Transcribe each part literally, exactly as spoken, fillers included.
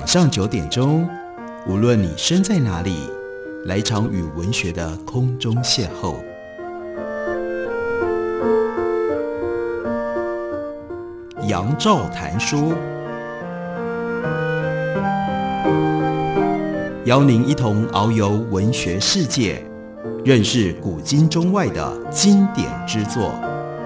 晚上九点钟，无论你身在哪里，来一场与文学的空中邂逅。杨照谈书，邀您一同遨游文学世界，认识古今中外的经典之作。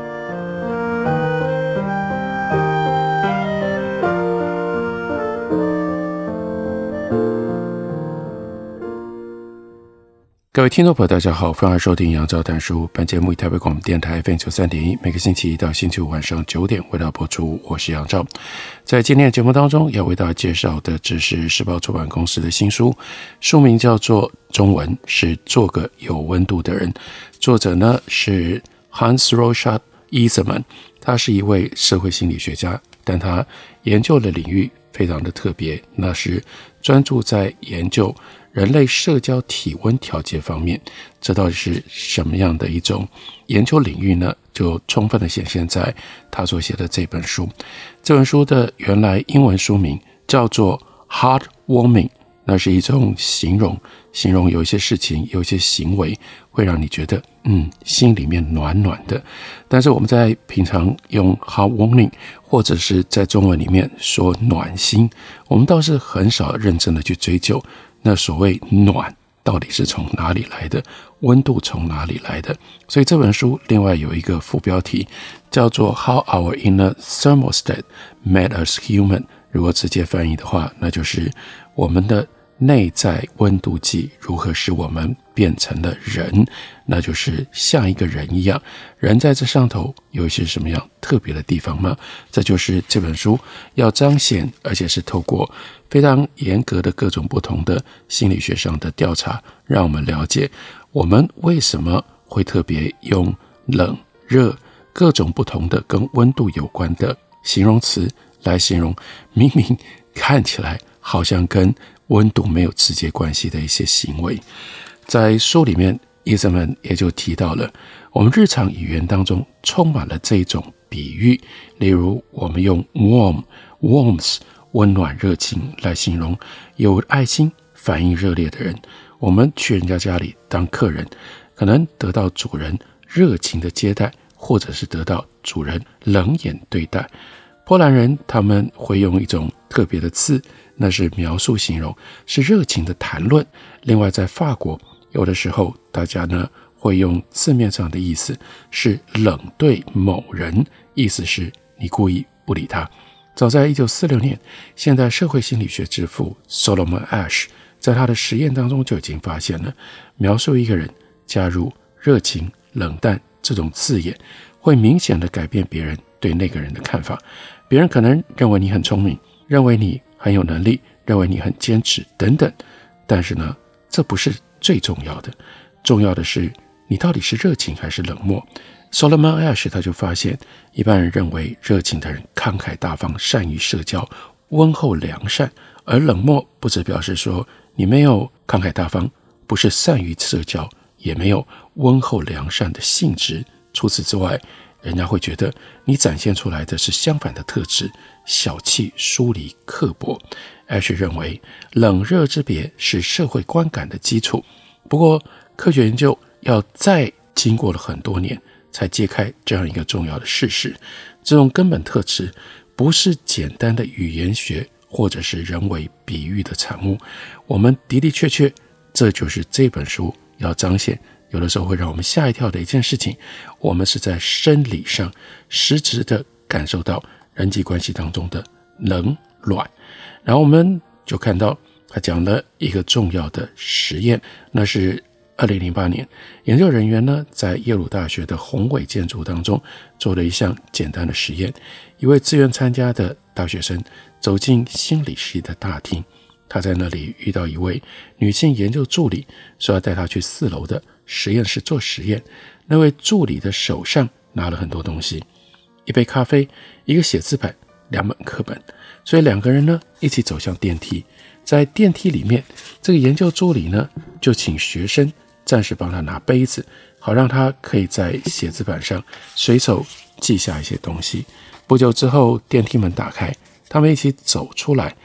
各位听众朋友大家好，欢迎收听杨照谈书。本节目以台北广播电台 F M 九十三点一，每个星期一到星期五晚上九点为大家播出。我是杨照。在今天的节目当中，要为大家介绍的只是时报出版公司的新书，书名叫做中文是做个有温度的人，作者呢是 Hans-Rochard Eisenman， 他是一位社会心理学家，但他研究的领域非常的特别，那是专注在研究人类社交体温调节方面。这到底是什么样的一种研究领域呢？就充分的显现在他所写的这本书。这本书的原来英文书名叫做 Heartwarming， 那是一种形容，形容有一些事情，有一些行为会让你觉得嗯，心里面暖暖的。但是我们在平常用 Heartwarming 或者是在中文里面说暖心，我们倒是很少认真的去追究那所谓暖到底是从哪里来的，温度从哪里来的。所以这本书另外有一个副标题叫做 How Our Inner Thermostat Made Us Human， 如果直接翻译的话，那就是我们的内在温度计如何使我们变成了人，那就是像一个人一样。人在这上头有一些什么样特别的地方吗？这就是这本书要彰显，而且是透过非常严格的各种不同的心理学上的调查，让我们了解我们为什么会特别用冷、热各种不同的跟温度有关的形容词来形容明明看起来好像跟温度没有直接关系的一些行为。在书里面Eisenman也就提到了我们日常语言当中充满了这种比喻，例如我们用 warm warmth 温暖热情来形容有爱心反应热烈的人。我们去人家家里当客人，可能得到主人热情的接待，或者是得到主人冷眼对待。波兰人他们会用一种特别的字，那是描述形容，是热情的谈论。另外在法国有的时候大家呢会用字面上的意思是冷对某人，意思是你故意不理他。早在一九四六年，现代社会心理学之父 Solomon Asch 在他的实验当中就已经发现了，描述一个人加入热情、冷淡这种字眼，会明显的改变别人对那个人的看法。别人可能认为你很聪明，认为你很有能力，认为你很坚持等等，但是呢，这不是最重要的，重要的是你到底是热情还是冷漠。Solomon Asch 他就发现，一般人认为热情的人慷慨大方，善于社交，温厚良善，而冷漠不只表示说你没有慷慨大方，不是善于社交，也没有温厚良善的性质。除此之外，人家会觉得你展现出来的是相反的特质，小气、疏离、刻薄。Asch 认为冷热之别是社会观感的基础，不过科学研究要再经过了很多年才揭开这样一个重要的事实，这种根本特质不是简单的语言学或者是人为比喻的产物。我们的的确确，这就是这本书要彰显，有的时候会让我们吓一跳的一件事情。我们是在生理上实质的感受到人际关系当中的冷暖。然后我们就看到他讲了一个重要的实验，那是二零零八年研究人员呢在耶鲁大学的宏伟建筑当中做了一项简单的实验。一位自愿参加的大学生走进心理系的大厅，他在那里遇到一位女性研究助理，说要带他去四楼的实验室做实验。那位助理的手上拿了很多东西，一杯咖啡，一个写字板，两本课本。所以两个人呢一起走向电梯。在电梯里面，这个研究助理呢就请学生暂时帮他拿杯子，好让他可以在写字板上随手记下一些东西。不久之后，电梯门打开，他们一起走出来。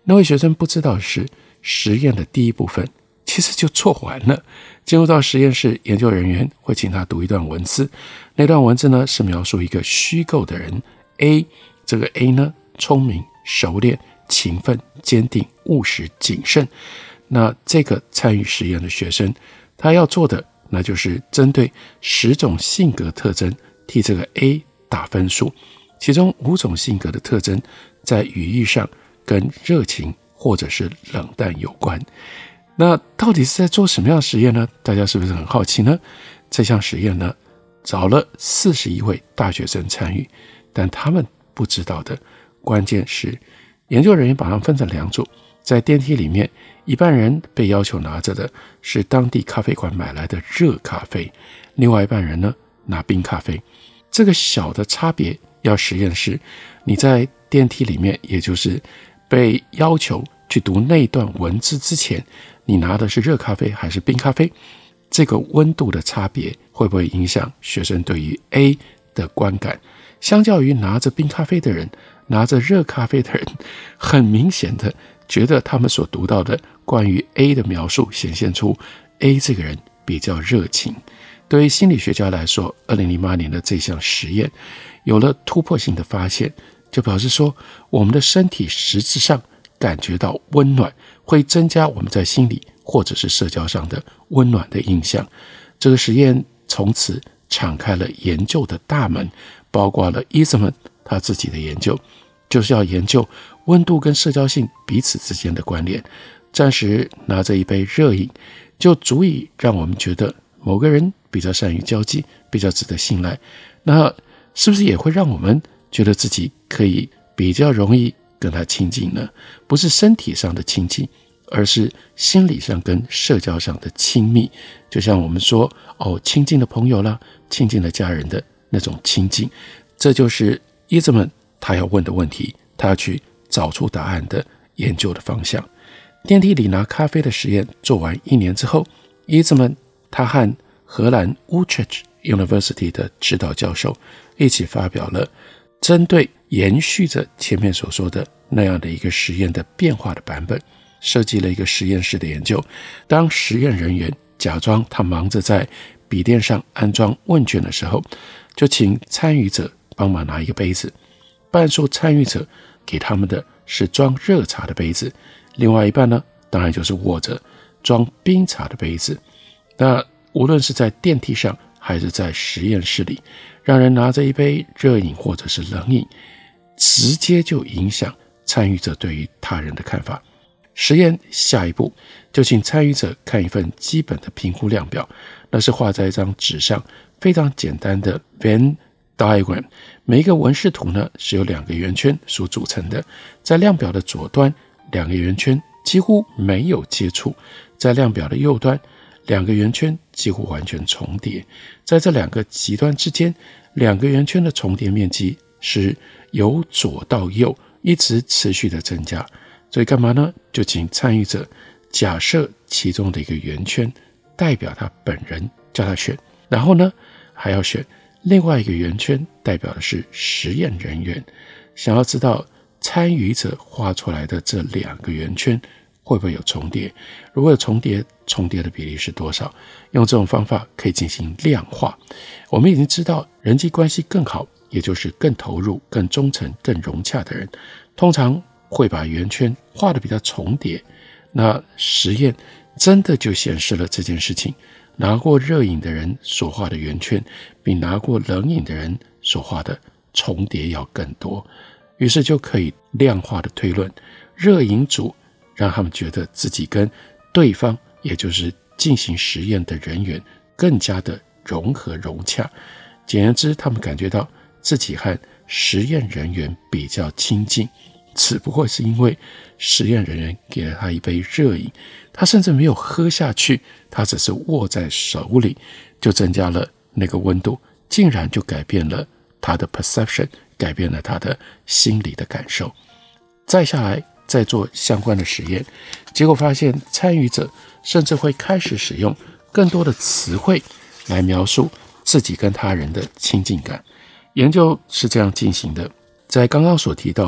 那位学生不知道的是，实验的第一部分其实就做完了。进入到实验室，研究人员会请他读一段文字，那段文字呢是描述一个虚构的人 A， 这个 A 呢聪明、熟练、勤奋、坚定、务实、谨慎。那这个参与实验的学生，他要做的那就是针对十种性格特征替这个 A 打分数，其中五种性格的特征在语义上跟热情或者是冷淡有关。那到底是在做什么样的实验呢？大家是不是很好奇呢？这项实验呢，找了四十一位大学生参与，但他们不知道的关键是，研究人员把他们分成两组，在电梯里面，一半人被要求拿着的是当地咖啡馆买来的热咖啡，另外一半人呢拿冰咖啡。这个小的差别要实验是，你在电梯里面，也就是被要求去读那段文字之前，你拿的是热咖啡还是冰咖啡，这个温度的差别会不会影响学生对于 A 的观感？相较于拿着冰咖啡的人，拿着热咖啡的人，很明显的觉得他们所读到的关于 A 的描述显现出 A 这个人比较热情。对于心理学家来说，二零零八年的这项实验有了突破性的发现，就表示说，我们的身体实质上感觉到温暖，会增加我们在心理或者是社交上的温暖的印象。这个实验从此敞开了研究的大门，包括了 Eisenman 他自己的研究，就是要研究温度跟社交性彼此之间的关联。暂时拿着一杯热饮，就足以让我们觉得某个人比较善于交际，比较值得信赖。那是不是也会让我们觉得自己可以比较容易跟他亲近呢？不是身体上的亲近，而是心理上跟社交上的亲密。就像我们说哦，亲近的朋友啦，亲近的家人的那种亲近，这就是伊兹曼他要问的问题，他要去找出答案的研究的方向。电梯里拿咖啡的实验做完一年之后，伊兹曼他和荷兰 Utrecht University 的指导教授一起发表了针对延续着前面所说的那样的一个实验的变化的版本，设计了一个实验室的研究。当实验人员假装他忙着在笔电上安装问卷的时候，就请参与者帮忙拿一个杯子，半数参与者给他们的是装热茶的杯子，另外一半呢，当然就是握着装冰茶的杯子。那无论是在电梯上还是在实验室里，让人拿着一杯热饮或者是冷饮，直接就影响参与者对于他人的看法。实验下一步就请参与者看一份基本的评估量表，那是画在一张纸上非常简单的 Venn diagram， 每一个纹饰图呢是由两个圆圈所组成的。在量表的左端，两个圆圈几乎没有接触；在量表的右端，两个圆圈几乎完全重叠。在这两个极端之间，两个圆圈的重叠面积是由左到右一直持续的增加。所以干嘛呢？就请参与者假设其中的一个圆圈代表他本人，叫他选，然后呢还要选另外一个圆圈代表的是实验人员。想要知道参与者画出来的这两个圆圈会不会有重叠，如果有重叠，重叠的比例是多少？用这种方法可以进行量化。我们已经知道人际关系更好，也就是更投入、更忠诚、更融洽的人，通常会把圆圈画得比较重叠。那实验真的就显示了这件事情，拿过热饮的人所画的圆圈比拿过冷饮的人所画的重叠要更多。于是就可以量化的推论，热饮组让他们觉得自己跟对方，也就是进行实验的人员更加的融合融洽。简言之，他们感觉到自己和实验人员比较亲近，只不过是因为实验人员给了他一杯热饮，他甚至没有喝下去，他只是握在手里，就增加了那个温度，竟然就改变了他的 perception， 改变了他的心理的感受。再下来再做相关的实验，结果发现参与者甚至会开始使用更多的词汇来描述自己跟他人的亲近感。研究是这样进行的，在刚刚所提到的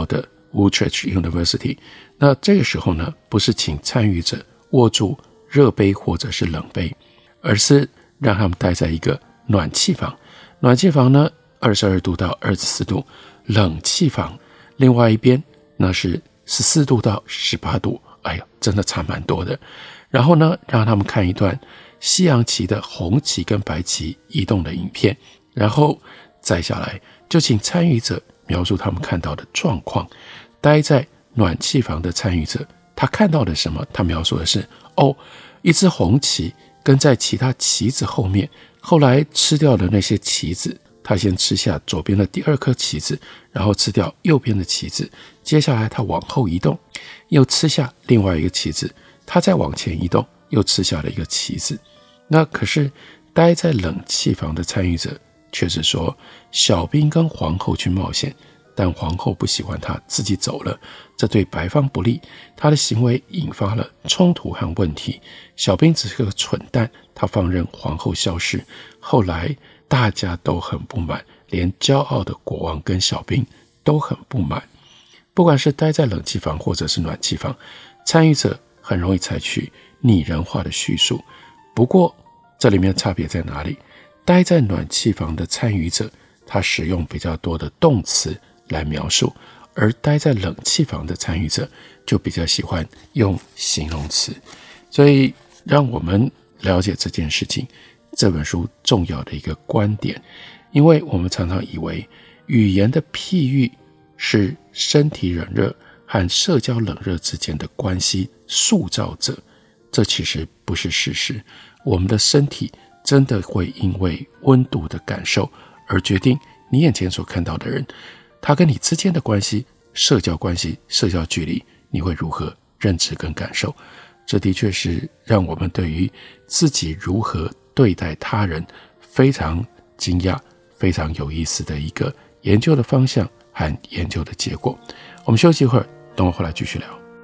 Utrecht University。那这个时候呢，不是请参与者握住热杯或者是冷杯，而是让他们待在一个暖气房。暖气房呢，二十二度到二十四度，冷气房另外一边那是十四度到十八度，哎呀，真的差蛮多的。然后呢，让他们看一段西洋旗的红旗跟白旗移动的影片，然后再下来就请参与者描述他们看到的状况。待在暖气房的参与者，他看到的什么？他描述的是，哦，一只红旗跟在其他旗子后面，后来吃掉的那些旗子，他先吃下左边的第二颗旗子，然后吃掉右边的旗子，接下来他往后移动，又吃下另外一个旗子，他再往前移动，又吃下了一个旗子。那可是待在冷气房的参与者却是说，小兵跟皇后去冒险，但皇后不喜欢他，自己走了，这对白方不利，他的行为引发了冲突和问题。小兵只是个蠢蛋，他放任皇后消失，后来大家都很不满，连骄傲的国王跟小兵都很不满。不管是待在冷气房或者是暖气房，参与者很容易采取拟人化的叙述。不过这里面差别在哪里？待在暖气房的参与者，他使用比较多的动词来描述，而待在冷气房的参与者就比较喜欢用形容词。所以让我们了解这件事情，这本书重要的一个观点。因为我们常常以为语言的譬喻是身体冷热和社交冷热之间的关系塑造者，这其实不是事实。我们的身体真的会因为温度的感受而决定你眼前所看到的人，他跟你之间的关系、社交关系、社交距离，你会如何认知跟感受。这的确是让我们对于自己如何对待他人非常惊讶、非常有意思的一个研究的方向和研究的结果。我们休息一会儿，等我回来继续聊。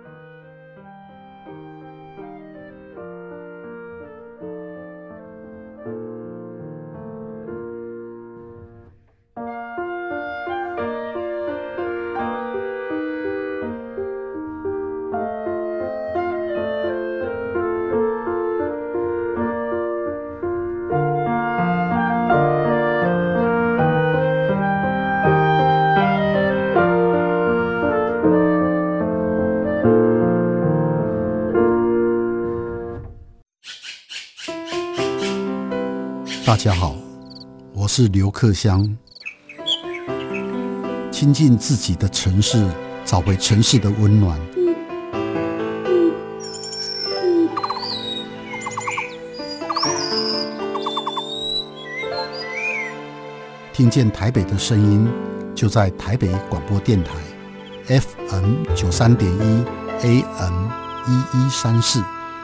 大家好，我是刘克襄。亲近自己的城市，找回城市的温暖。听见台北的声音，就在台北广播电台 F M 九三点一 A M 一一三四。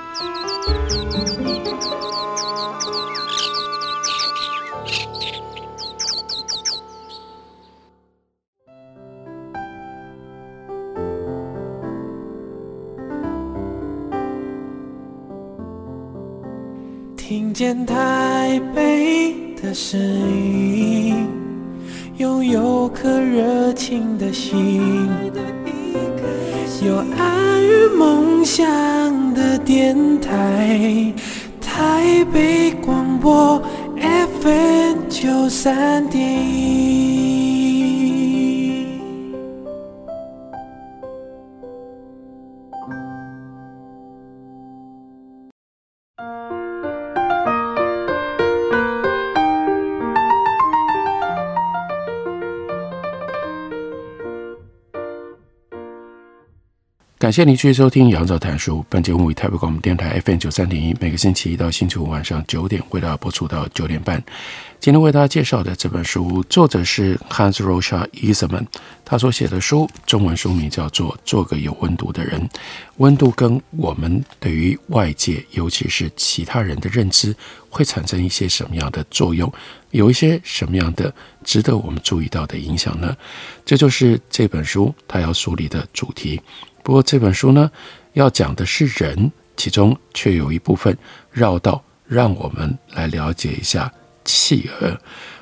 听见台北的声音，拥有颗热情的心，有爱与梦想的电台，台北广播 F M 九三点一。 感谢您继续收听杨照谈书，本节目以台北广播电台 F M 九三点一，每个星期一到星期五晚上九点为大家播出到九点半。今天为大家介绍的这本书，作者是 Hans-Rosa Isermann， 他所写的书中文书名叫做《做个有温度的人》。温度跟我们对于外界，尤其是其他人的认知，会产生一些什么样的作用？有一些什么样的值得我们注意到的影响呢？这就是这本书他要梳理的主题。不过这本书呢，要讲的是人，其中却有一部分绕道，让我们来了解一下企鹅。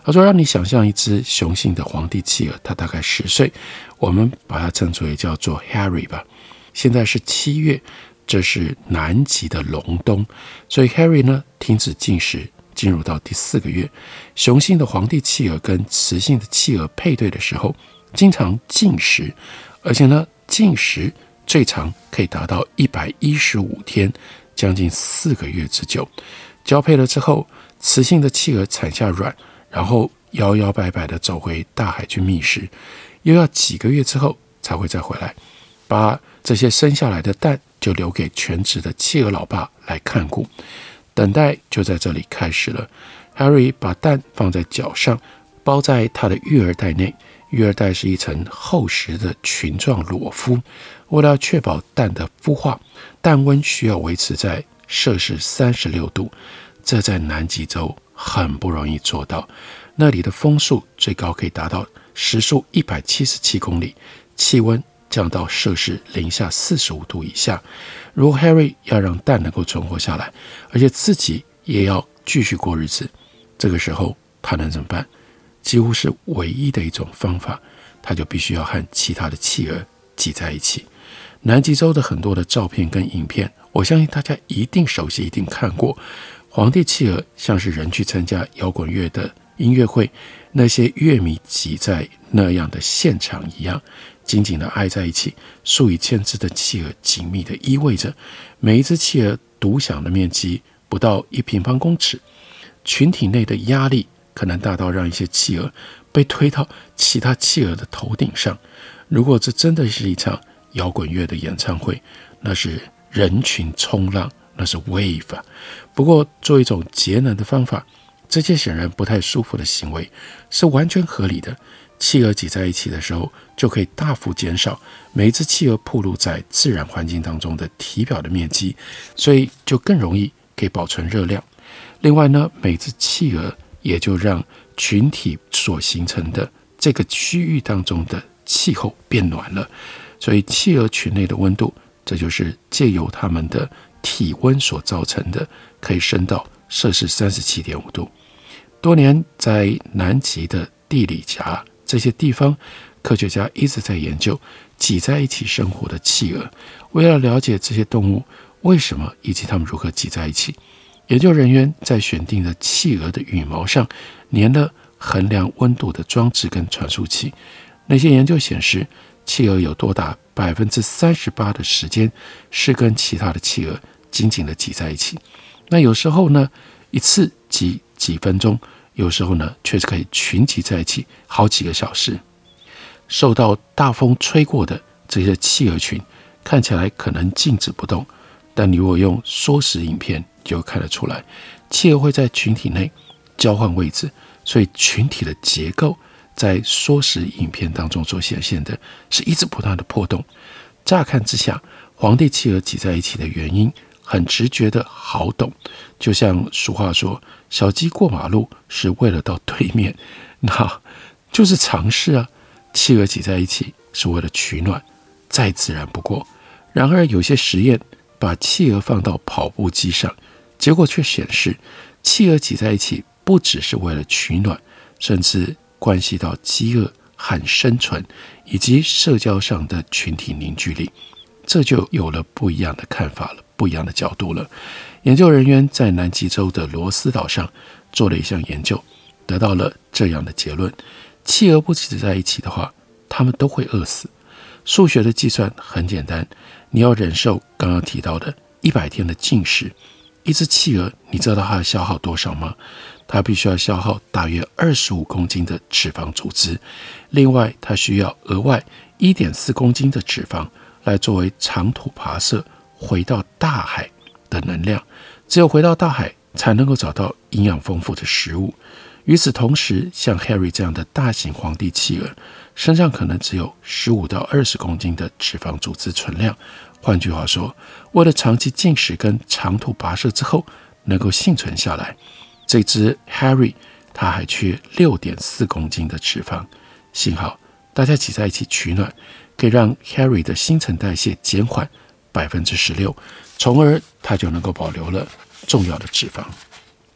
他说，让你想象一只雄性的皇帝企鹅，它大概十岁，我们把它称之为叫做 Harry 吧。现在是七月，这是南极的隆冬，所以 Harry 呢停止进食，进入到第四个月。雄性的皇帝企鹅跟雌性的企鹅配对的时候，经常进食，而且呢进食最长可以达到一百一十五天，将近四个月之久。交配了之后，雌性的企鹅产下卵，然后摇摇摆摆地走回大海去觅食，又要几个月之后才会再回来，把这些生下来的蛋就留给全职的企鹅老爸来看顾。等待就在这里开始了。 Harry 把蛋放在脚上，包在他的育儿袋内，育儿袋是一层厚实的群状裸肤。为了确保蛋的孵化，蛋温需要维持在摄氏三十六度，这在南极洲很不容易做到。那里的风速最高可以达到时速一百七十七公里，气温降到摄氏零下四十五度以下。如果 Harry 要让蛋能够存活下来，而且自己也要继续过日子，这个时候他能怎么办？几乎是唯一的一种方法，他就必须要和其他的企鹅挤在一起。南极洲的很多的照片跟影片，我相信大家一定熟悉，一定看过。皇帝企鹅像是人去参加摇滚乐的音乐会，那些乐迷挤在那样的现场一样，紧紧地挨在一起，数以千只的企鹅紧密地依偎着，每一只企鹅独享的面积不到一平方公尺，群体内的压力可能大到让一些企鹅被推到其他企鹅的头顶上。如果这真的是一场摇滚乐的演唱会，那是人群冲浪，那是 wave 啊。不过做一种节能的方法，这些显然不太舒服的行为是完全合理的。企鹅挤在一起的时候，就可以大幅减少每一只企鹅暴露在自然环境当中的体表的面积，所以就更容易可以保存热量。另外呢，每只企鹅也就让群体所形成的这个区域当中的气候变暖了，所以企鹅群内的温度，这就是借由它们的体温所造成的，可以升到摄氏 三十七点五度。多年在南极的地理夹这些地方，科学家一直在研究挤在一起生活的企鹅。为了了解这些动物为什么以及它们如何挤在一起，研究人员在选定的企鹅的羽毛上粘了衡量温度的装置跟传输器。那些研究显示，企鹅有多达 百分之三十八 的时间是跟其他的企鹅紧紧的挤在一起。那有时候呢，一次挤几分钟，有时候呢，却可以群集在一起好几个小时。受到大风吹过的这些企鹅群看起来可能静止不动，但你如果用缩时影片就看得出来，企鹅会在群体内交换位置，所以群体的结构在缩时影片当中所显现的是一直不断的波动。乍看之下，皇帝企鹅挤在一起的原因很直觉的好懂，就像俗话说，小鸡过马路是为了到对面，那就是常识啊。企鹅挤在一起是为了取暖，再自然不过。然而有些实验把企鹅放到跑步机上，结果却显示，企鹅挤在一起不只是为了取暖，甚至关系到饥饿和生存，以及社交上的群体凝聚力。这就有了不一样的看法了，不一样的角度了。研究人员在南极洲的罗斯岛上做了一项研究，得到了这样的结论：企鹅不挤在一起的话，它们都会饿死。数学的计算很简单，你要忍受刚刚提到的一百天的禁食，一只企鹅，你知道它的消耗多少吗？它必须要消耗大约二十五公斤的脂肪组织，另外它需要额外 一点四公斤的脂肪来作为长途跋涉回到大海的能量。只有回到大海才能够找到营养丰富的食物。与此同时，像 Harry 这样的大型皇帝企鹅身上可能只有十五到二十公斤的脂肪组织存量。换句话说，为了长期进食跟长途跋涉之后能够幸存下来，这只 Harry 他还缺 六点四公斤的脂肪。幸好大家挤在一起取暖，可以让 Harry 的新陈代谢减缓 百分之十六， 从而他就能够保留了重要的脂肪。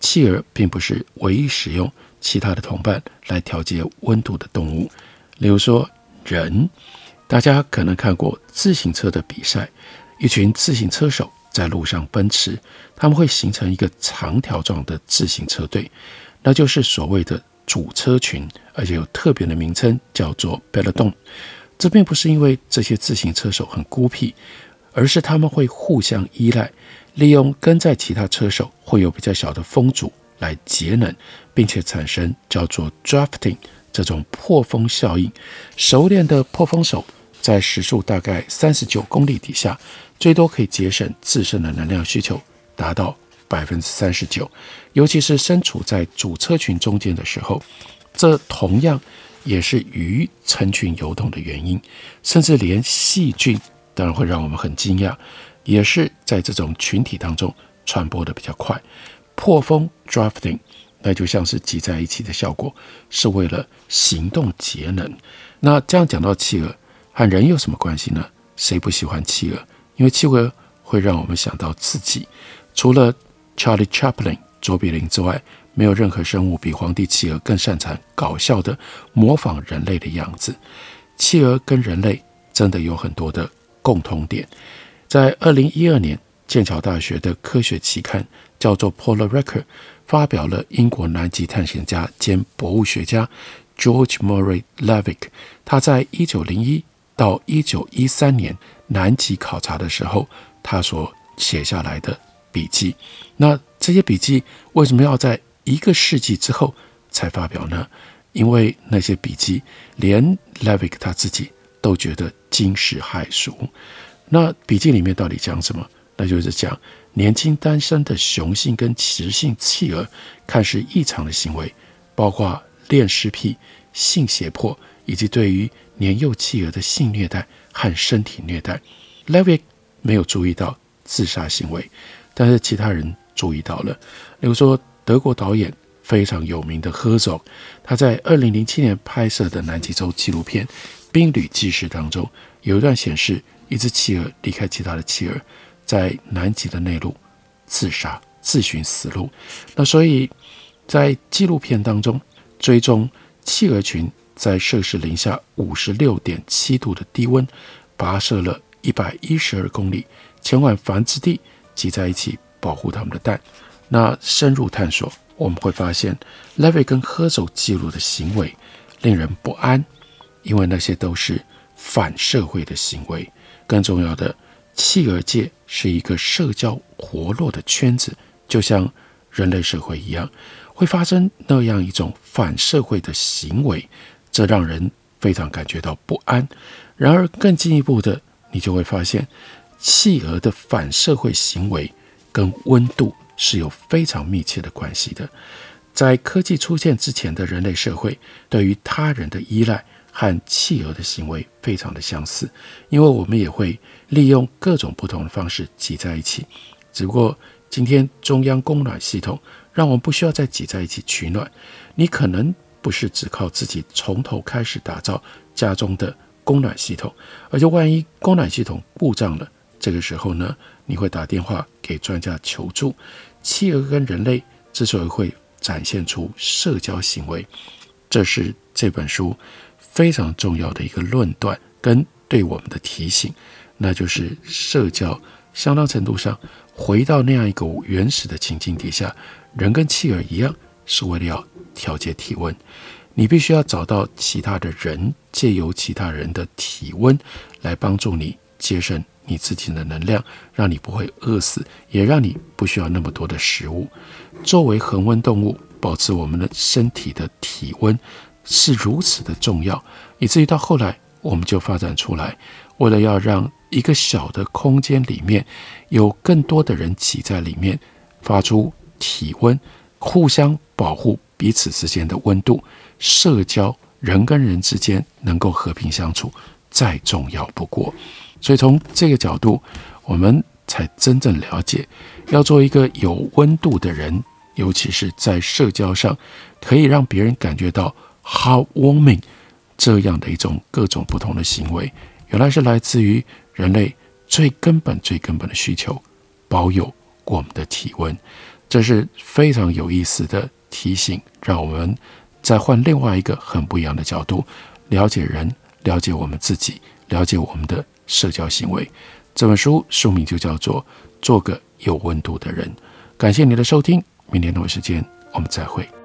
企鹅并不是唯一使用其他的同伴来调节温度的动物。例如说人，大家可能看过自行车的比赛，一群自行车手在路上奔驰，他们会形成一个长条状的自行车队，那就是所谓的主车群，而且有特别的名称叫做 peloton。 这并不是因为这些自行车手很孤僻，而是他们会互相依赖，利用跟在其他车手会有比较小的风阻来节能，并且产生叫做 drafting 这种破风效应。熟练的破风手在时速大概三十九公里底下，最多可以节省自身的能量需求达到 百分之三十九， 尤其是身处在主车群中间的时候，这同样也是鱼成群游动的原因。甚至连细菌当然会让我们很惊讶，也是在这种群体当中传播的比较快。破风 drafting 那就像是挤在一起的效果，是为了行动节能。那这样讲到企鹅和人有什么关系呢？谁不喜欢企鹅？因为企鹅会让我们想到自己。除了 Charlie Chaplin 卓别林之外，没有任何生物比皇帝企鹅更擅长搞笑的模仿人类的样子。企鹅跟人类真的有很多的共同点。在二零一二年，剑桥大学的科学期刊叫做 Polar Record 发表了英国南极探险家兼博物学家 George Murray Levick 他在一九零一到一九一三年南极考察的时候他所写下来的笔记。那这些笔记为什么要在一个世纪之后才发表呢？因为那些笔记连 Levick 他自己都觉得惊世骇俗。那笔记里面到底讲什么？那就是讲年轻单身的雄性跟雌性企鹅看似异常的行为，包括恋尸癖、性胁迫，以及对于年幼企鹅的性虐待和身体虐待。 Levick 没有注意到自杀行为，但是其他人注意到了。例如说德国导演非常有名的 Herzog， 他在二零零七年拍摄的南极洲纪录片《冰旅纪事》当中，有一段显示一只企鹅离开其他的企鹅，在南极的内陆自杀，自寻死路。那所以在纪录片当中追踪企鹅群在摄氏零下 五十六点七 度的低温跋涉了一百一十二公里前往繁殖地，挤在一起保护他们的蛋。那深入探索，我们会发现 Levick 跟 Herzog 记录的行为令人不安，因为那些都是反社会的行为。更重要的，企鹅界是一个社交活络的圈子，就像人类社会一样，会发生那样一种反社会的行为，这让人非常感觉到不安。然而更进一步的，你就会发现企鹅的反社会行为跟温度是有非常密切的关系的。在科技出现之前的人类社会，对于他人的依赖和企鹅的行为非常的相似，因为我们也会利用各种不同的方式挤在一起。只不过今天中央供暖系统让我们不需要再挤在一起取暖，你可能不是只靠自己从头开始打造家中的供暖系统，而且万一供暖系统故障了，这个时候呢，你会打电话给专家求助。企鹅跟人类之所以会展现出社交行为，这是这本书非常重要的一个论断跟对我们的提醒，那就是社交相当程度上回到那样一个原始的情境底下，人跟企鹅一样是为了要调节体温。你必须要找到其他的人，借由其他人的体温来帮助你节省你自己的能量，让你不会饿死，也让你不需要那么多的食物。作为恒温动物，保持我们的身体的体温是如此的重要，以至于到后来我们就发展出来，为了要让一个小的空间里面有更多的人挤在里面，发出体温，互相保护彼此之间的温度。社交，人跟人之间能够和平相处，再重要不过。所以从这个角度，我们才真正了解，要做一个有温度的人，尤其是在社交上可以让别人感觉到 heartwarming 这样的一种各种不同的行为，原来是来自于人类最根本最根本的需求，保有我们的体温。 这是非常有意思的提醒，让我们再换另外一个很不一样的角度，了解人，了解我们自己，了解我们的社交行为。这本书书名就叫做《做个有温度的人》。感谢你的收听，明天同一时间我们再会。